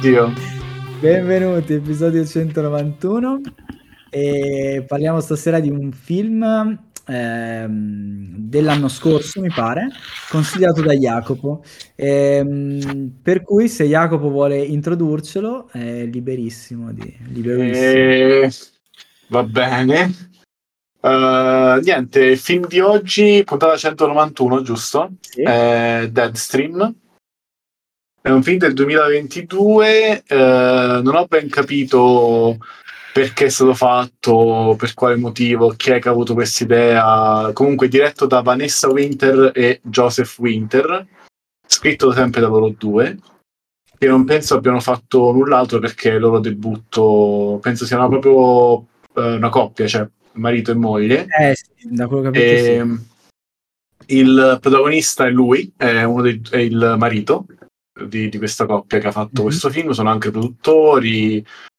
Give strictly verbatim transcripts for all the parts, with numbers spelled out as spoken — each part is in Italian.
Oddio. Benvenuti, episodio centonovantuno. E parliamo stasera di un film ehm, dell'anno scorso, mi pare, consigliato da Jacopo. Ehm, per cui, se Jacopo vuole introdurcelo, è liberissimo. Di, liberissimo. E... Va bene. Uh, niente, il film di oggi, puntata centonovantuno, giusto? Sì. È Deadstream. È un film del duemilaventidue. Uh, non ho ben capito perché è stato fatto, per quale motivo, chi è che ha avuto questa idea. Comunque diretto da Vanessa Winter e Joseph Winter, scritto sempre da loro due, che non penso abbiano fatto null'altro perché il loro debutto penso siano proprio uh, una coppia, cioè marito e moglie. Eh sì, da quello che ho capito, E, sì. Il protagonista è lui, è, uno dei, è il marito di, di questa coppia che ha fatto Mhm. questo film, sono anche produttori.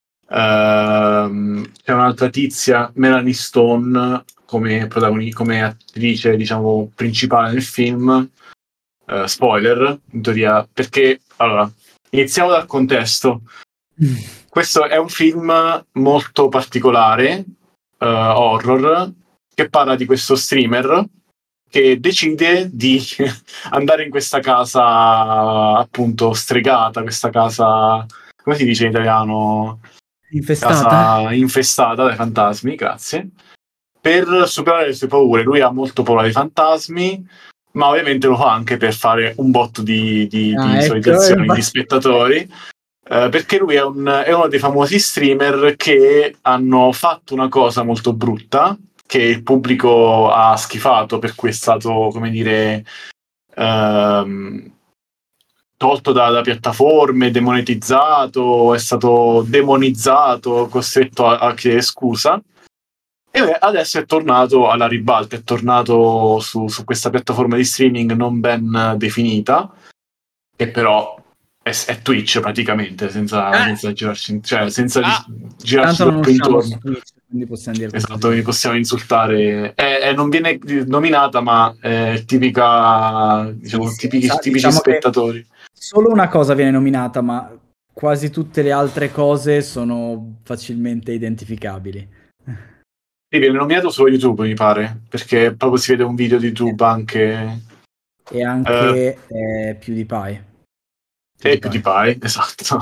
Ehm, c'è un'altra tizia, Melanie Stone, come, protagoni- come attrice, diciamo, principale nel film. Uh, spoiler, in teoria, perché allora iniziamo dal contesto. Questo è un film molto particolare, uh, horror, che parla di questo streamer che decide di andare in questa casa appunto stregata, questa casa, come si dice in italiano? Infestata? Casa infestata dai fantasmi, grazie, per superare le sue paure. Lui ha molto paura dei fantasmi, ma ovviamente lo fa anche per fare un botto di, di, Ah, di ecco, visualizzazioni, infatti. di spettatori, eh, perché lui è, un, è uno dei famosi streamer che hanno fatto una cosa molto brutta, che il pubblico ha schifato, per cui è stato, come dire, ehm, tolto da, da piattaforme, demonetizzato, è stato demonizzato, costretto a, a chiedere scusa. E adesso è tornato alla ribalta, è tornato su, su questa piattaforma di streaming non ben definita, che però è, è Twitch praticamente, senza, Ah. senza girarci, cioè, senza Ah. girarci Tanto non troppo usciamo intorno. su Twitch, quindi possiamo dire Esatto, così. quindi possiamo insultare. È, è, non viene nominata, ma è tipica, diciamo, Sì, sì, tipici, esatto. tipici Diciamo che spettatori. solo una cosa viene nominata, ma quasi tutte le altre cose sono facilmente identificabili. Sì, viene nominato solo YouTube, mi pare, perché proprio si vede un video di YouTube anche. E Eh, anche eh, PewDiePie. e PewDiePie, esatto.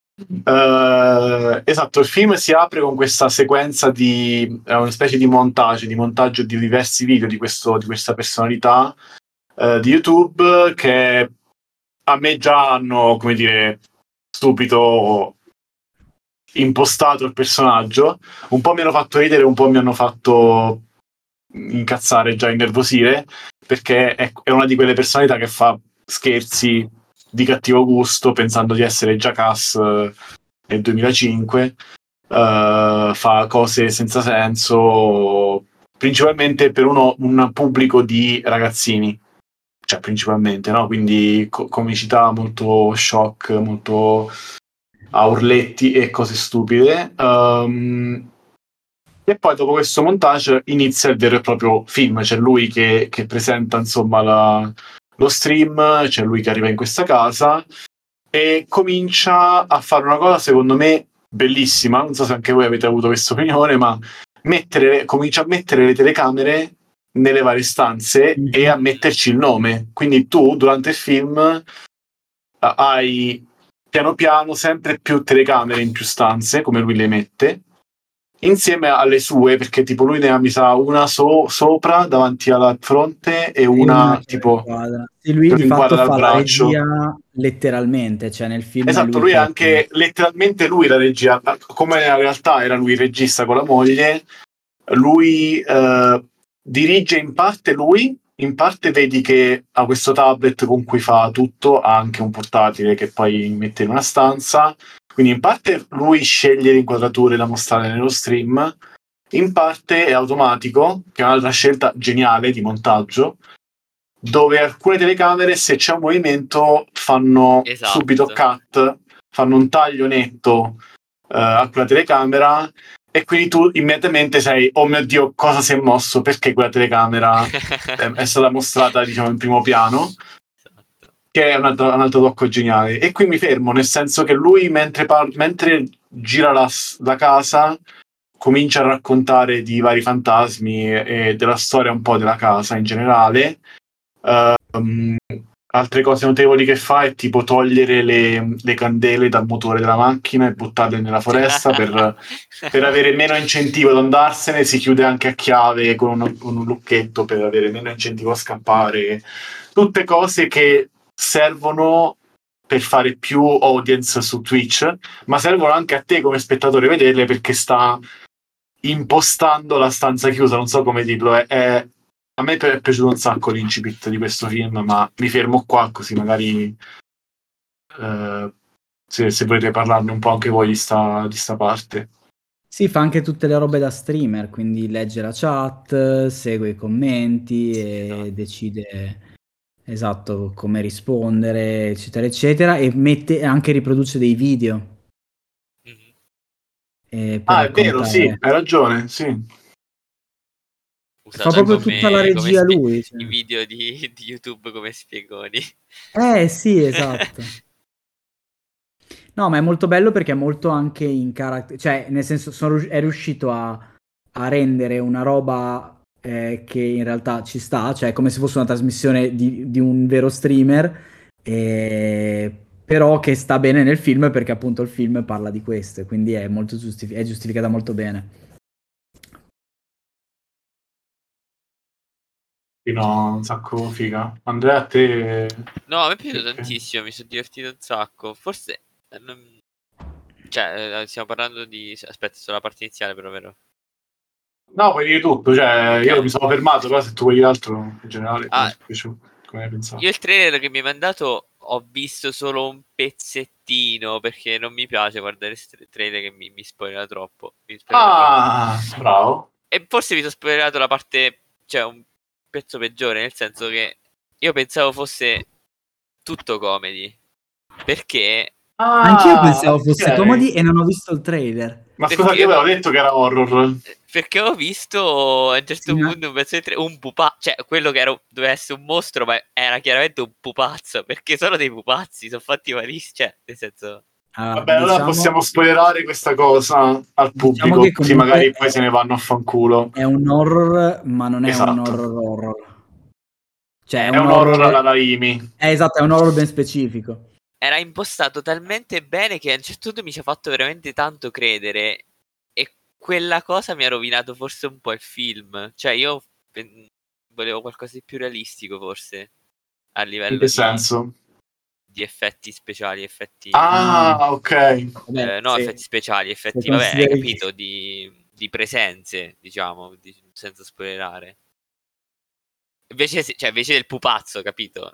Uh, esatto, il film si apre con questa sequenza di è una specie di montaggio, di montaggio di diversi video di, questo, di questa personalità uh, di YouTube che a me già hanno, come dire, subito impostato il personaggio. Un po' mi hanno fatto ridere, un po' mi hanno fatto incazzare, già innervosire, perché è, è una di quelle personalità che fa scherzi di cattivo gusto pensando di essere Jackass uh, nel duemilacinque, uh, fa cose senza senso, principalmente per uno, un pubblico di ragazzini, cioè principalmente, no? Quindi co- comicità molto shock, molto a urletti e cose stupide. Um, e poi dopo questo montage inizia il vero e proprio film, c'è lui che, che presenta insomma la, lo stream, c'è lui che arriva in questa casa e comincia a fare una cosa secondo me bellissima, non so se anche voi avete avuto questa opinione, ma mettere, comincia a mettere le telecamere nelle varie stanze Mm-hmm. e a metterci il nome, quindi tu durante il film hai piano piano sempre più telecamere in più stanze, come lui le mette, insieme alle sue, perché tipo lui ne ha mi sa una so- sopra davanti alla fronte e una, una tipo sì, lui che di inquadra fatto dal fa la braccio. regia letteralmente, cioè nel film è Esatto, lui lui è che anche letteralmente lui la regia, come in realtà era lui il regista con la moglie. Lui eh, dirige in parte lui, in parte vedi che ha questo tablet con cui fa tutto, ha anche un portatile che poi mette in una stanza, quindi in parte lui sceglie le inquadrature da mostrare nello stream, in parte è automatico, che è un'altra scelta geniale di montaggio, dove alcune telecamere, se c'è un movimento, fanno Esatto. subito cut, fanno un taglio netto uh, a quella telecamera, e quindi tu immediatamente sei, oh mio Dio, cosa si è mosso, perché quella telecamera è, è stata mostrata, diciamo, in primo piano. che è un altro, un altro tocco geniale. E qui mi fermo, nel senso che lui mentre, par- mentre gira la, la casa comincia a raccontare di vari fantasmi e della storia un po' della casa in generale. Um, altre cose notevoli che fa è tipo togliere le, le candele dal motore della macchina e buttarle nella foresta per, per avere meno incentivo ad andarsene. Si chiude anche a chiave con un, con un lucchetto per avere meno incentivo a scappare. Tutte cose che servono per fare più audience su Twitch, ma servono anche a te come spettatore vederle, perché sta impostando la stanza chiusa, non so come dirlo. È, è, a me è piaciuto un sacco l'incipit di questo film, ma mi fermo qua così magari eh, se, se volete parlarne un po' anche voi di sta, di sta parte. Sì, fa anche tutte le robe da streamer, quindi legge la chat, segue i commenti Sì, e esatto. decide esatto come rispondere, eccetera, eccetera, e mette anche riproduce dei video. Mhm. eh, per Ah, è vero, sì, raccontare. hai ragione, sì. Usa Fa proprio tutta la come, come regia spie- lui. Cioè. i video di, di YouTube come spiegoni. Eh sì, esatto. No, ma è molto bello perché è molto anche in carattere, cioè nel senso sono rius- è riuscito a, a rendere una roba eh, che in realtà ci sta, cioè come se fosse una trasmissione di, di un vero streamer, eh, però che sta bene nel film perché appunto il film parla di questo, e quindi è molto giustifi- è giustificata molto bene. Sì, no, un sacco figa. Andrea, a te... No, a me è piaciuto che- che- tantissimo, mi sono divertito un sacco. Forse... eh, non- Cioè, eh, stiamo parlando di... Aspetta, solo la parte iniziale però, vero? No, puoi dire tutto, cioè io Ok. mi sono fermato, però se tu vuoi dire altro in generale, come Ah, ti è piaciuto? Come hai pensato? io il trailer che mi hai mandato ho visto solo un pezzettino perché non mi piace guardare st- trailer che mi, mi spoilerà troppo. Mi spoilerà troppo. Ah, bravo. E forse mi sono spoilerato la parte, cioè un pezzo peggiore, nel senso che io pensavo fosse tutto comedy. Perché? Anch'io Ah, pensavo fosse ok. comedy e non ho visto il trailer. Ma Perché scusate, io io ve l'ho avevo, detto che era horror. perché ho visto a un Sì, certo ma- punto un pezzo di tre, un pupazzo, cioè quello che era, doveva essere un mostro, ma era chiaramente un pupazzo, perché sono dei pupazzi, sono fatti malissimo, cioè, nel senso... ah, Vabbè, allora diciamo, possiamo spoilerare questa cosa al diciamo pubblico, che così comunque magari è, poi se ne vanno a fanculo. è un horror, ma non è un Esatto. horror horror. Cioè, è È un un horror alla horror. Raimi. È esatto, è un horror ben specifico. Era impostato talmente bene che a un certo punto mi ci ha fatto veramente tanto credere e quella cosa mi ha rovinato forse un po' il film. Cioè io pen- volevo qualcosa di più realistico forse a In che livello di, senso? di effetti speciali, effetti... Ah, Ah, ok. vabbè, eh, no, effetti se, speciali, se effetti... Vabbè, hai consideri capito, di, di presenze, diciamo, di- senza spoilerare. Invece, sì- cioè, invece del pupazzo, capito?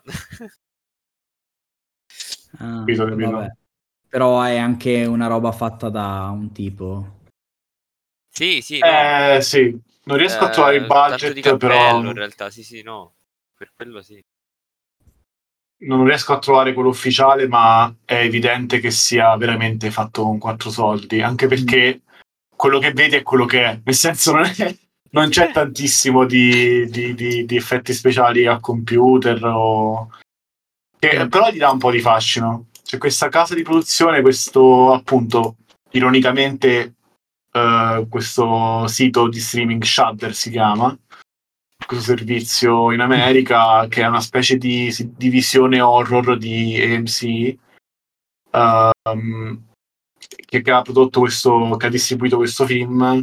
ah, Capito, vabbè. capito. Però è anche una roba fatta da un tipo. Sì, sì, no. Eh, sì. Non riesco a trovare il Eh, tanto di budget, cappello, però in realtà, sì, sì, no. Per quello sì. non riesco a trovare quello ufficiale, ma è evidente che sia veramente fatto con quattro soldi, anche Mm. perché quello che vedi è quello che è, nel senso non, è, non c'è tantissimo di, di, di, di effetti speciali a computer, o... che però gli dà un po' di fascino. C'è questa casa di produzione, questo appunto, ironicamente, eh, questo sito di streaming Shudder si chiama, questo servizio in America che è una specie di divisione horror di A M C, um, che, che ha prodotto questo, che ha distribuito questo film,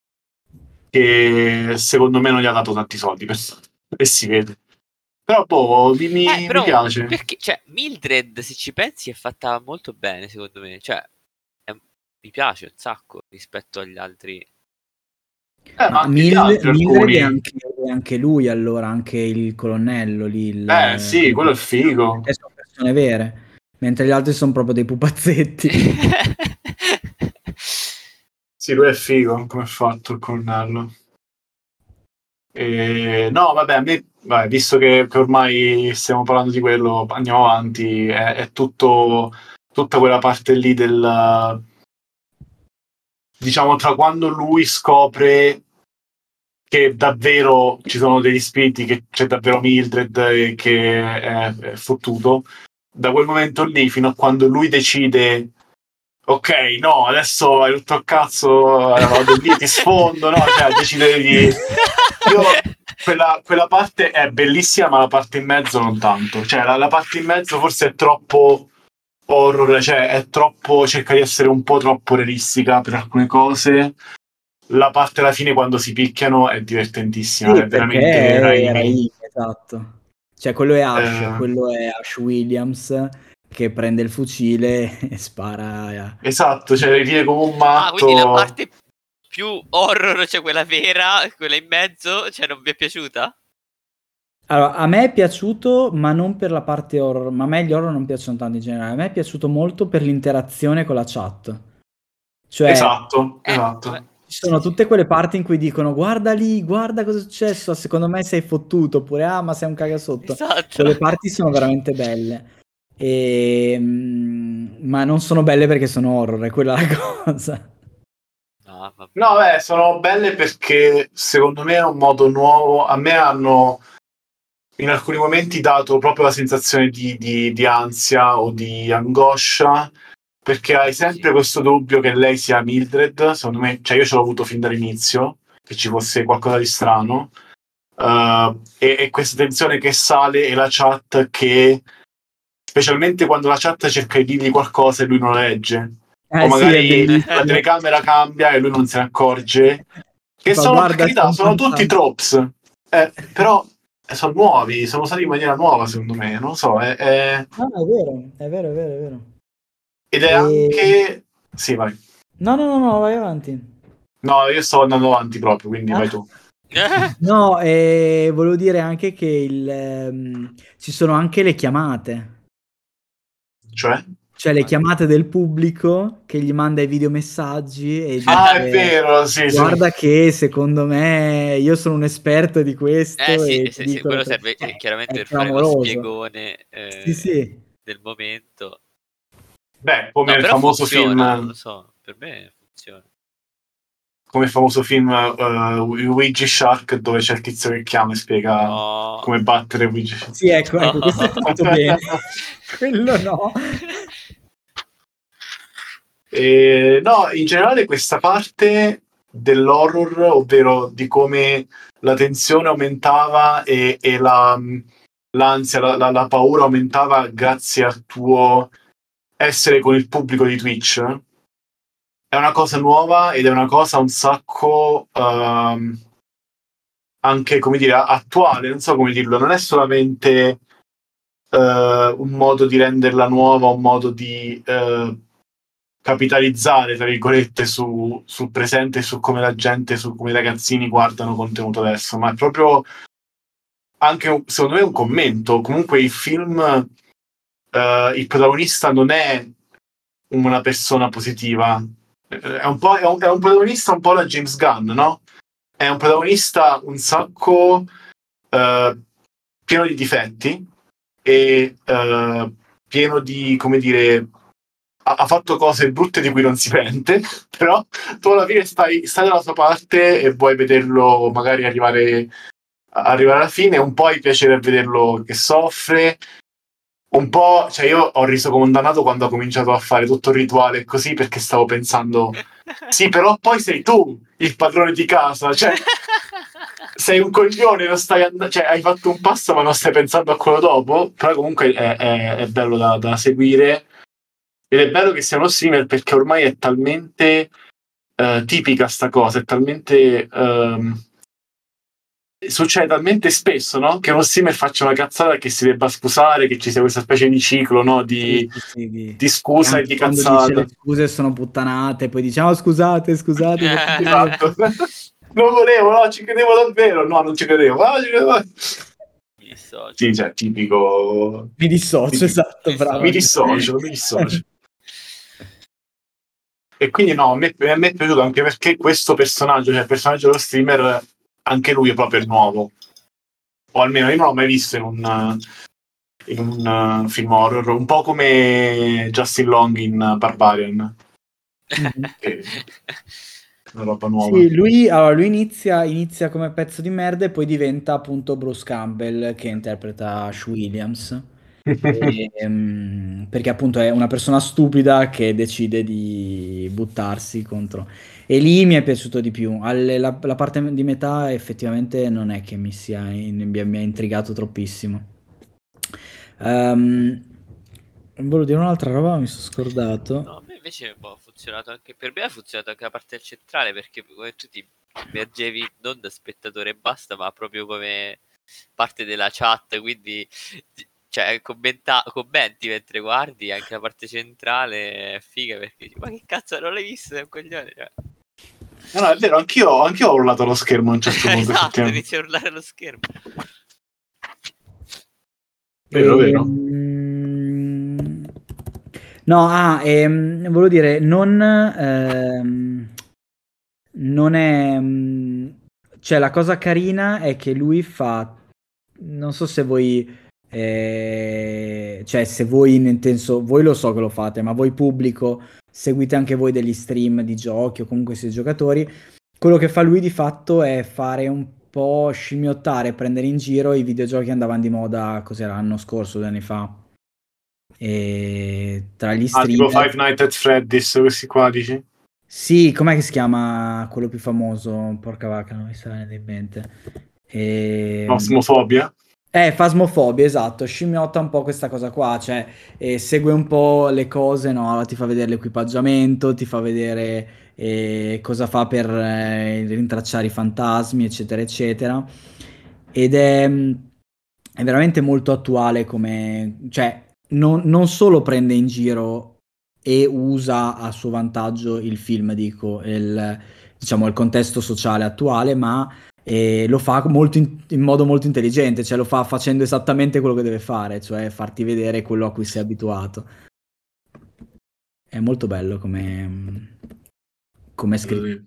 che secondo me non gli ha dato tanti soldi per, e si vede. Però boh, mi, Eh, mi, mi però, piace. perché, cioè, Mildred, se ci pensi, è fatta molto bene, secondo me. Cioè, è- mi piace un sacco rispetto agli altri. Eh, ma Ma anche gli Mil- altri Mildred è alcuni. anche, è anche lui, allora, anche il colonnello lì. Il, Eh sì, quello è figo. perché sono persone vere, mentre gli altri sono proprio dei pupazzetti. Sì, lui è figo come è fatto il colonnello. E, no, vabbè, a me, vabbè, visto che, che ormai stiamo parlando di quello, andiamo avanti. È, è tutto, tutta quella parte lì del, diciamo, tra quando lui scopre che davvero ci sono degli spiriti, che c'è davvero Mildred e che è, è fottuto. Da quel momento lì fino a quando lui decide ok, no, adesso hai rotto il cazzo, vado lì, ti sfondo, no? Cioè, decide di... Io, quella, quella parte è bellissima, ma la parte in mezzo non tanto. Cioè, la, la parte in mezzo forse è troppo horror, cioè è troppo, cerca di essere un po' troppo realistica per alcune cose. La parte alla fine quando si picchiano è divertentissima, Sì, è veramente perché Raimi. è Raimi, esatto. Cioè, quello è Ash, Eh, quello è Ash Williams che prende il fucile e spara. esatto, cioè viene come un Ah, quindi la matto. parte più horror, cioè quella vera, quella in mezzo, cioè non vi è piaciuta? Allora, a me è piaciuto, ma non per la parte horror, ma a me gli horror non piacciono tanto in generale. A me è piaciuto molto per l'interazione con la chat. Cioè, Esatto, Eh, esatto. beh, ci sono sì, sì. tutte quelle parti in cui dicono guarda lì, guarda cosa è successo, secondo me sei fottuto, oppure ah ma sei un cagasotto. Esatto. Quelle parti sono veramente belle. E, mm, ma non sono belle perché sono horror, è quella la cosa. No, vabbè. No, beh, sono belle perché secondo me è un modo nuovo. A me hanno in alcuni momenti dato proprio la sensazione di, di, di ansia o di angoscia, perché hai sempre Sì. questo dubbio che lei sia Mildred. Secondo me, cioè io ce l'ho avuto fin dall'inizio, che ci fosse qualcosa di strano. Uh, e, e questa tensione che sale e la chat che, specialmente quando la chat cerca di dirgli qualcosa e lui non la legge. Eh O sì, è magari bellissimo. la telecamera cambia e lui non se ne accorge. Che Fa, sono, per guarda, carità, c'è un sono tutti fantasma. tropes. Eh, però sono nuovi, sono usati in maniera nuova, secondo me. Non lo so, è, è... No, è vero, è vero, è vero, è vero. ed è E... anche... Sì, vai. No, no, no, no, vai avanti. No, io sto andando avanti proprio, quindi Ah. vai tu. No, e volevo dire anche che il, ehm, ci sono anche le chiamate. Cioè? Cioè le chiamate del pubblico che gli manda i videomessaggi e Ah, è dice vero, sì, guarda sì. che secondo me io sono un esperto di questo Eh sì, e sì, ti sì, dicono quello che- serve eh, eh, chiaramente è per fare lo clamoroso. spiegone Sì, eh, sì. del momento. Beh, come No, il però famoso funziona, non film... lo so, per me funziona. come il famoso film uh, Ouija Shark, dove c'è il tizio che chiama e spiega No. come battere Ouija Shark. Sì, ecco, ecco, questo è No. fatto bene. Quello no. E, no, in generale questa parte dell'horror, ovvero di come la tensione aumentava e, e la, l'ansia, la, la, la paura aumentava grazie al tuo essere con il pubblico di Twitch, è una cosa nuova ed è una cosa un sacco um, anche, come dire, attuale, non so come dirlo, non è solamente uh, un modo di renderla nuova, un modo di uh, capitalizzare, tra virgolette, su, sul presente e su come la gente, su come i ragazzini guardano contenuto adesso, ma è proprio anche, secondo me, un commento. Comunque il film, uh, il protagonista non è una persona positiva, è un po', è un, è un protagonista un po' la James Gunn, no? È un protagonista un sacco uh, pieno di difetti e uh, pieno di, come dire, ha, ha fatto cose brutte di cui non si pente, però tu alla fine stai, stai dalla sua parte e vuoi vederlo magari arrivare, arrivare alla fine, un po' hai piacere a vederlo che soffre, un po', cioè io ho riso come un dannato quando ho cominciato a fare tutto il rituale così, perché stavo pensando sì, però poi sei tu il padrone di casa, cioè sei un coglione, non stai and- cioè hai fatto un passo ma non stai pensando a quello dopo, però comunque è, è, è bello da, da seguire ed è bello che sia uno streamer perché ormai è talmente uh, tipica sta cosa, è talmente um, succede talmente spesso, no? Che uno streamer faccia una cazzata, che si debba scusare, che ci sia questa specie di ciclo, no? Di, Sì, sì, sì, di... di scusa e anche di quando dice cazzata. le scuse sono puttanate, poi dice oh, scusate, scusate. Esatto. Non volevo, no, ci credevo davvero. No, non ci credevo. No, ci credevo. Mi dissocio. Sì, cioè, tipico... Mi dissocio, tipico... esatto, Mi bravo. Mi dissocio, mi dissocio. E quindi no, a me, a me è piaciuto anche perché questo personaggio, cioè il personaggio dello streamer, anche lui è proprio nuovo. O almeno io non l'ho mai visto in un, in un uh, film horror, un po' come Justin Long in uh, Barbarian. Mm-hmm. Che... una roba nuova. Sì, lui, allora, lui inizia, inizia come pezzo di merda e poi diventa appunto Bruce Campbell che interpreta Ash Williams. E, ehm, perché appunto è una persona stupida che decide di buttarsi contro. E lì mi è piaciuto di più. Alle- la, la parte di metà effettivamente non è che mi sia in- mi, mi ha intrigato troppissimo. Ehm, volevo dire un'altra roba, mi sono scordato. No, a me invece boh, ha funzionato anche per me, ha funzionato anche la parte centrale perché come tu ti immergevi non da spettatore e basta, ma proprio come parte della chat, quindi cioè commenta- commenti mentre guardi anche la parte centrale è figa perché dici, ma che cazzo non l'hai visto? È un coglione, cioè. No, no, è vero, anch'io, anch'io ho urlato allo schermo a un certo punto. Esatto, effettivamente. inizi a urlare allo schermo. Vero, vero. Ehm, No, ah, ehm, volevo dire, non, ehm, non è... mm, cioè, la cosa carina è che lui fa... Non so se voi... eh, cioè, se voi, nel senso, voi lo so che lo fate, ma voi pubblico, seguite anche voi degli stream di giochi o comunque siete giocatori. Quello che fa lui di fatto è fare un po' scimmiottare, prendere in giro i videogiochi che andavano di moda, cos'era, l'anno scorso, due anni fa. E tra gli Ah, tipo streamer... Five Nights at Freddy's, questi qua, dici? Sì, com'è che si chiama quello più famoso? Porca vacca, non mi sta venendo in mente. E... Osmofobia? Eh, Phasmophobia, esatto, scimmiotta un po' questa cosa qua, cioè eh, segue un po' le cose, no? Ti fa vedere l'equipaggiamento, ti fa vedere eh, cosa fa per eh, rintracciare i fantasmi, eccetera, eccetera. Ed è, è veramente molto attuale come... cioè, non, non solo prende in giro e usa a suo vantaggio il film, dico, il, diciamo, il contesto sociale attuale, ma e lo fa molto in, in modo molto intelligente, cioè lo fa facendo esattamente quello che deve fare, cioè farti vedere quello a cui sei abituato. È molto bello come, come è scritto.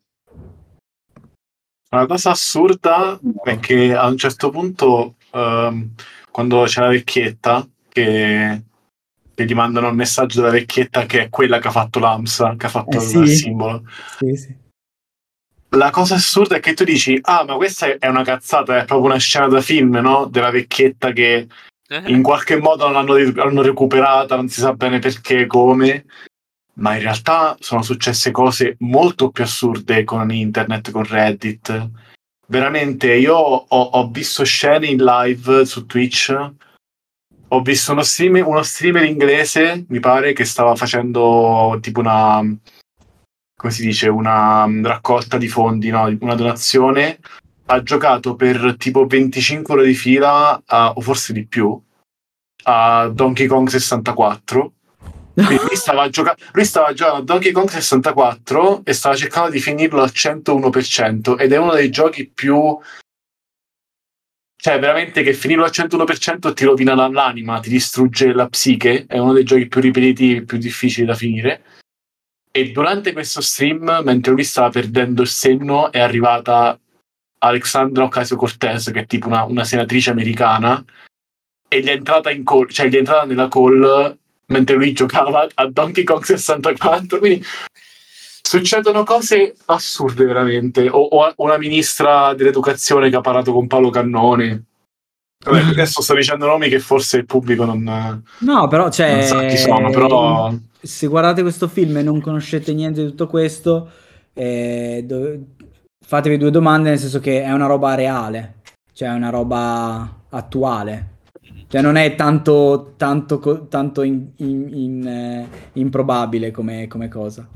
Una cosa assurda è che a un certo punto, ehm, quando c'è la vecchietta, che, che gli mandano il messaggio della vecchietta che è quella che ha fatto l'AMSA, che ha fatto Eh il sì, simbolo. sì, sì. La cosa assurda è che tu dici, ah, ma questa è una cazzata, è proprio una scena da film, no? Della vecchietta che in qualche modo l'hanno, l'hanno recuperata, non si sa bene perché, come, ma in realtà sono successe cose molto più assurde con internet, con Reddit. Veramente, io ho, ho visto scene in live su Twitch, ho visto uno, stream, uno streamer inglese, mi pare, che stava facendo tipo una, come si dice, una raccolta di fondi, no? Una donazione, ha giocato per tipo venticinque ore di fila, a, o forse di più, a Donkey Kong sessantaquattro. Quindi lui stava, gioca- lui stava giocando a Donkey Kong sessantaquattro e stava cercando di finirlo al centouno per cento, ed è uno dei giochi più... cioè veramente che finirlo al centouno per cento ti rovina l'anima, ti distrugge la psiche, è uno dei giochi più ripetitivi, più difficili da finire. E durante questo stream, mentre lui stava perdendo il senno, è arrivata Alexandra Ocasio-Cortez, che è tipo una, una senatrice americana, e gli è entrata in call, cioè gli è entrata nella call mentre lui giocava a Donkey Kong sessantaquattro. Quindi succedono cose assurde veramente. O, o una ministra dell'educazione che ha parlato con Paolo Cannone. Vabbè, adesso sto dicendo nomi che forse il pubblico non, No, però, non sa chi sono, cioè, però... se guardate questo film e non conoscete niente di tutto questo, eh, do- fatevi due domande, nel senso che è una roba reale, cioè è una roba attuale. Cioè non è tanto, tanto, co- tanto in- in- in, eh, improbabile come, come cosa.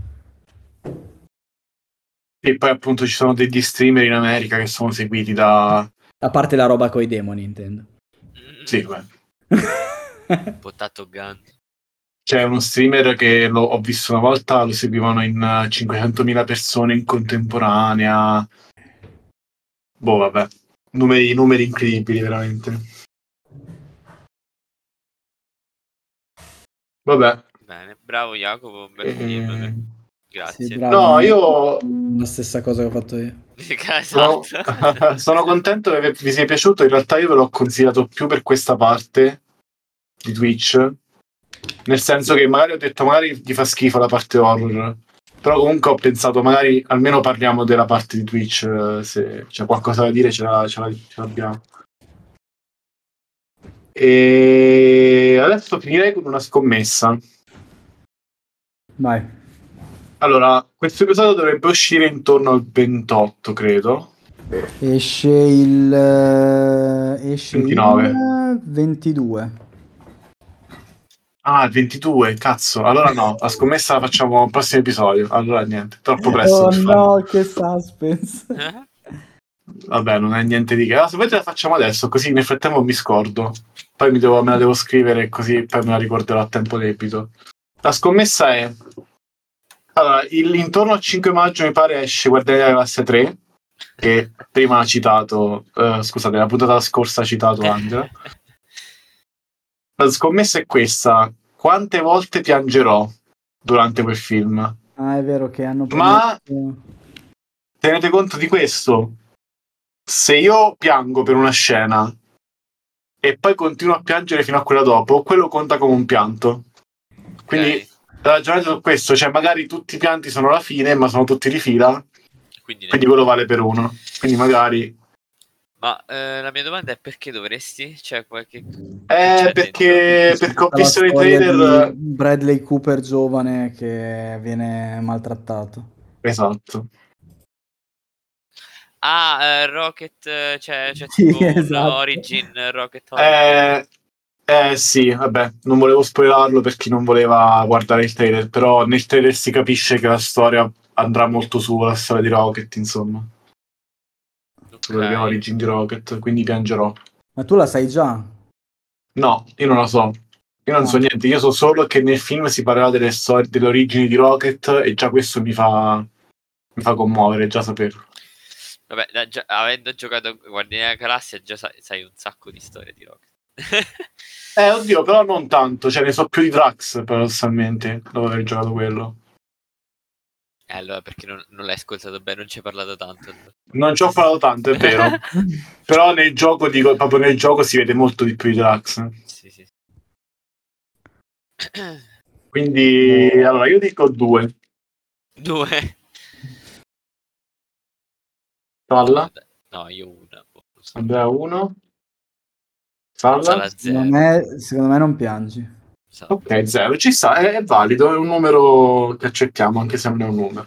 E poi appunto ci sono degli streamer in America che sono seguiti da... A parte la roba coi demoni, intendo. Sì, beh. Potato Gun. C'è uno streamer che lo, ho visto una volta, lo seguivano in uh, cinquecentomila persone in contemporanea. Boh, vabbè. Numeri, numeri incredibili, veramente. Vabbè. Bene, bravo Jacopo, un bel E... film. Grazie. Sì, bravo, No, non- io la stessa cosa che ho fatto io. sono, Esatto. sono contento che vi sia piaciuto. In realtà io ve l'ho consigliato più per questa parte di Twitch. Nel senso che magari ho detto, magari gli fa schifo la parte horror. Però comunque ho pensato magari almeno parliamo della parte di Twitch, eh, se c'è qualcosa da dire ce, la, ce, la, ce l'abbiamo. E adesso finirei con una scommessa. Vai. Allora, questo episodio dovrebbe uscire intorno al ventotto, credo. Esce il eh, esce ventinove. il ventidue. Ah, il ventidue, cazzo. Allora no, la scommessa la facciamo al prossimo episodio. Allora niente, troppo presto. Oh per no, farlo. che suspense. Vabbè, non è niente di che. Allora, se volete la facciamo adesso, così nel frattempo mi scordo. Poi mi devo, me la devo scrivere così poi me la ricorderò a tempo debito. La scommessa è... Allora, il, intorno al cinque maggio mi pare esce Guardiani della Galassia tre, che prima ha citato... Uh, scusate, la puntata scorsa ha citato Angela. La scommessa è questa: quante volte piangerò durante quel film? Ah, è vero che hanno Ma promesso- tenete conto di questo: se io piango per una scena e poi continuo a piangere fino a quella dopo, quello conta come un pianto. Quindi ragionate su questo, cioè magari tutti i pianti sono alla fine, ma sono tutti di fila, Quindi, quindi quello vale per uno. Quindi magari... Ma eh, la mia domanda è perché dovresti? C'è qualche... Eh, c'è perché, perché ho tutta la visto nei storia trailer... di Bradley Cooper giovane che viene maltrattato. Esatto. Ah, eh, Rocket, eh, c'è, c'è Sì, tipo un esatto. Origin, Rocket Origin. Eh, eh sì, vabbè, non volevo spoilerarlo per chi non voleva guardare il trailer, però nel trailer si capisce che la storia andrà molto sulla storia di Rocket, insomma. Sulle Ok. origini di Rocket, quindi piangerò. Ma tu la sai già? No, io non la so. Io non Ah. so niente, io so solo che nel film si parlerà delle storie, delle origini di Rocket e già questo mi fa, mi fa commuovere, già saperlo. Vabbè, da- già- avendo giocato a Guardiani della Galassia già sai, sai un sacco di storie di Rocket. Eh, oddio, però non tanto, cioè ne so più di Drax, paradossalmente, dopo aver giocato quello. Eh, allora perché non, non l'hai ascoltato bene, non ci hai parlato tanto. allora. Non ci ho parlato tanto, è vero. Però nel gioco, dico, proprio nel gioco si vede molto di più di Drax. Sì, sì. Quindi, allora, io dico due. Due. Salla? No, io una. boh, non so. Andrea uno. Salla? Sala Secondo zero. me, secondo me non piangi. Sala- Ok, zero. Ci sta, è, è valido, è un numero che accettiamo, anche se non è un numero.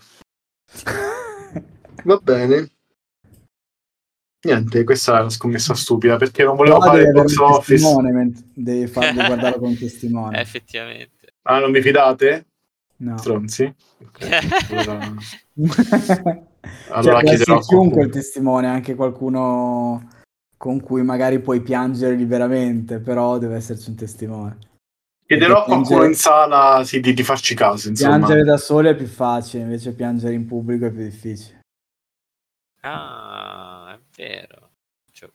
Va bene. Niente, questa è una scommessa stupida, perché non volevo No, fare devi il avere box un office. testimone, ment- devi farli guardarlo con un testimone. Eh, effettivamente. Ah, non mi fidate? No. Stronzi? Ok, allora... Cioè, Allora può chiederò essere a chiunque qualcuno. il testimone, anche qualcuno con cui magari puoi piangere liberamente, però deve esserci un testimone. Chiederò a Perché qualcuno piangere- in sala sì, di, di farci caso, insomma. Piangere da soli è più facile, invece piangere in pubblico è più difficile. Ah, è vero. Cioè,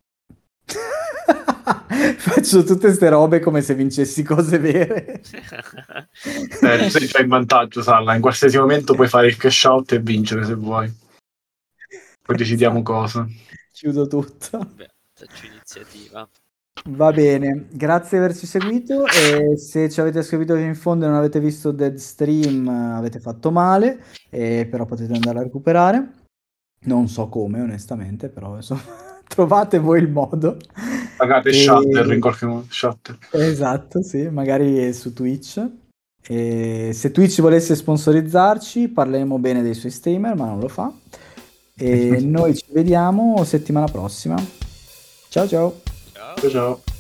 Faccio tutte ste robe come se vincessi cose vere. Eh, tu sei già in vantaggio, Salla. In qualsiasi momento puoi fare il cash out e vincere se vuoi. Poi decidiamo cosa. Chiudo tutto. beh, faccio iniziativa. Va bene, grazie di averci seguito e se ci avete seguito fino in fondo e non avete visto Deadstream avete fatto male, eh, però potete andare a recuperare. Non so come, onestamente, però insomma, trovate voi il modo. Pagate E- Shutter in qualche modo. Shutter. Esatto, sì, magari su Twitch. E se Twitch volesse sponsorizzarci, parleremo bene dei suoi streamer, ma non lo fa. E noi ci vediamo settimana prossima. Ciao ciao. Ciao. Ciao ciao.